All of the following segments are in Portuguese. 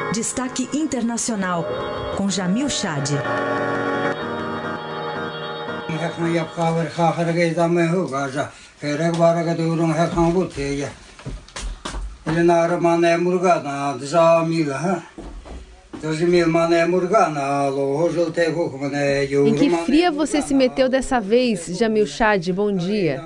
Destaque Internacional, com Jamil Chad. Em que fria você se meteu dessa vez, Jamil Chad? Bom dia.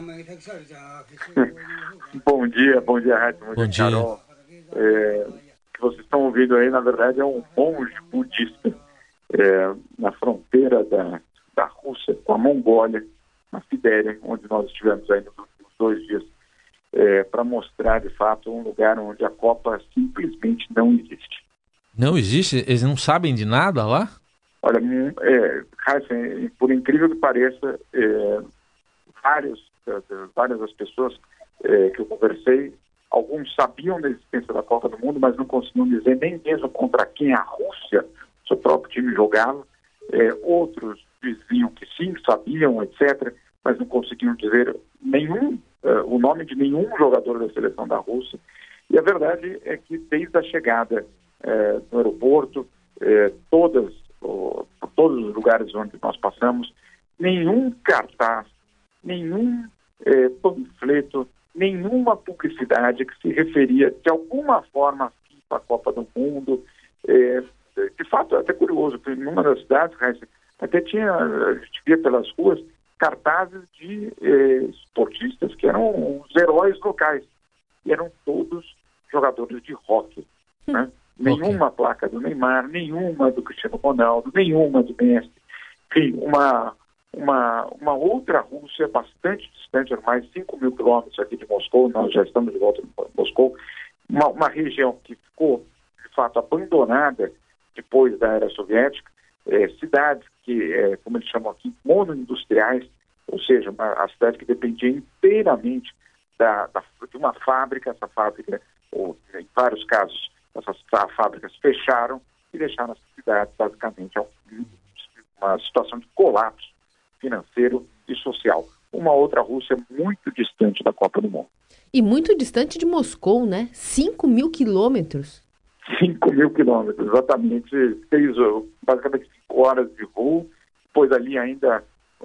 Bom dia, Raíssa. Bom dia, Carol. O que vocês estão ouvindo aí, na verdade, é um monge budista na fronteira da Rússia com a Mongólia, na Sibéria, onde nós estivemos aí nos últimos 2 dias, para mostrar, de fato, um lugar onde a Copa simplesmente não existe. Não existe? Eles não sabem de nada lá? Olha, Raíssa, por incrível que pareça, várias das pessoas que eu conversei, alguns sabiam da existência da Copa do Mundo, mas não conseguiam dizer nem mesmo contra quem a Rússia, seu próprio time, jogava. Outros diziam que sim, sabiam, etc., mas não conseguiam dizer o nome de nenhum jogador da seleção da Rússia. E a verdade é que desde a chegada no aeroporto, por todos os lugares onde nós passamos, nenhum cartaz, nenhum panfleto, nenhuma publicidade que se referia de alguma forma à Copa do Mundo. De fato, é até curioso, porque em uma das cidades, até a gente via pelas ruas cartazes de esportistas que eram os heróis locais, e eram todos jogadores de hóquei, né? Nenhuma placa do Neymar, nenhuma do Cristiano Ronaldo, nenhuma do Messi. Enfim, uma outra Rússia bastante distante, mais 5 mil quilômetros aqui de Moscou. Nós já estamos de volta em Moscou. Uma região que ficou, de fato, abandonada depois da era soviética. Cidades que, como eles chamam aqui, monoindustriais, ou seja, a cidade que dependia inteiramente de uma fábrica. Essa fábrica, ou em vários casos, essas fábricas fecharam e deixaram essa cidade basicamente uma situação de colapso financeiro e social. Uma outra Rússia muito distante da Copa do Mundo. E muito distante de Moscou, né? 5 mil quilômetros. 5 mil quilômetros, exatamente. Basicamente 5 horas de voo. Depois ali ainda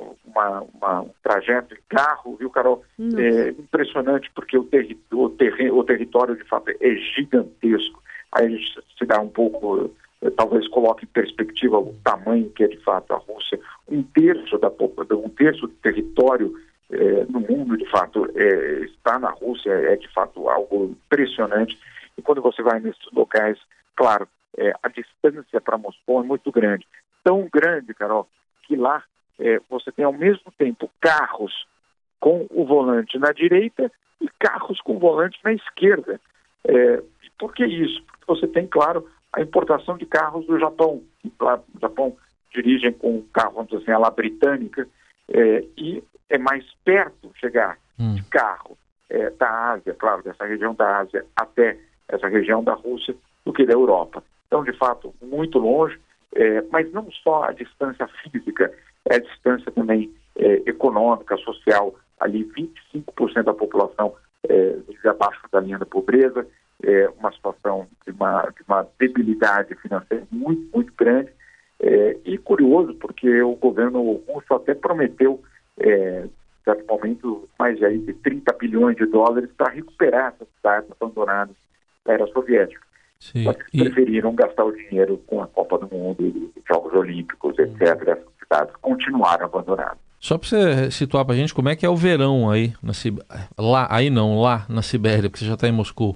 um trajeto de carro, viu, Carol? É impressionante porque o território, de fato, é gigantesco. Aí a gente se dá um pouco, talvez coloque em perspectiva o tamanho que é, de fato, a Rússia. Um terço do território no mundo, de fato, está na Rússia, de fato, algo impressionante. E quando você vai nesses locais, claro, a distância para Moscou é muito grande. Tão grande, Carol, que lá você tem ao mesmo tempo carros com o volante na direita e carros com o volante na esquerda. Por que isso? Porque você tem, claro, a importação de carros do Japão. Lá no Japão dirigem com um carro, vamos dizer assim, a lá britânica, e é mais perto chegar de carro da Ásia, claro, dessa região da Ásia até essa região da Rússia, do que da Europa. Então, de fato, muito longe, mas não só a distância física, é a distância também econômica, social. Ali 25% da população vive abaixo da linha da pobreza, uma situação de uma debilidade financeira muito, muito grande. E curioso, porque o governo russo até prometeu, em certo momento, mais de 30 bilhões de dólares para recuperar essas cidades abandonadas da era soviética. Sim. Só que preferiram gastar o dinheiro com a Copa do Mundo, os Jogos Olímpicos, etc. Essas cidades continuaram abandonadas. Só para você situar para a gente como é que é o verão aí na Sibéria. Lá na Sibéria, porque você já está em Moscou.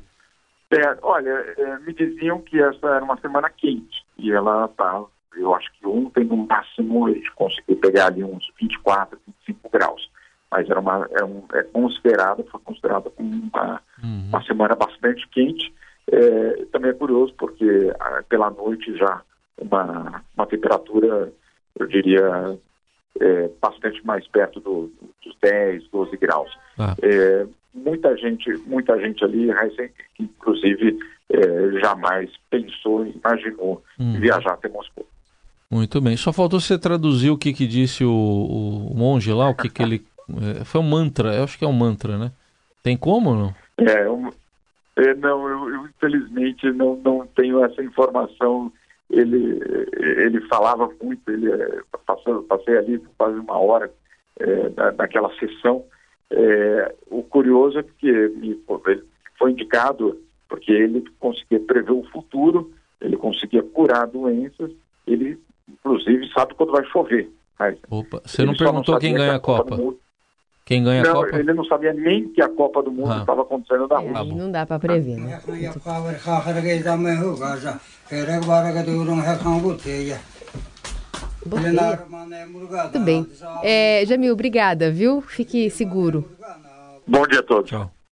Me diziam que essa era uma semana quente, e ela está, eu acho que ontem no máximo a gente conseguiu pegar ali uns 24, 25 graus, mas foi considerado como uma semana bastante quente. Também é curioso porque pela noite já uma temperatura, eu diria, bastante mais perto dos 10, 12 graus. Muita gente ali, que inclusive jamais pensou e imaginou viajar até Moscou. Muito bem. Só faltou você traduzir o que disse o monge lá, o que ele... foi um mantra, eu acho que é um mantra, né? Tem como ou não? Não, eu infelizmente não tenho essa informação. Ele falava muito, passei ali quase uma hora naquela sessão. O curioso é que ele foi indicado porque ele conseguia prever o futuro, ele conseguia curar doenças, ele inclusive sabe quando vai chover. Opa, você não perguntou quem ganha a Copa? Quem ganha a Copa? Ele não sabia nem que a Copa do Mundo estava acontecendo na Rússia. Aí não dá para prever, né? Muito bem. Jamil, obrigada, viu? Fique seguro. Bom dia a todos. Tchau.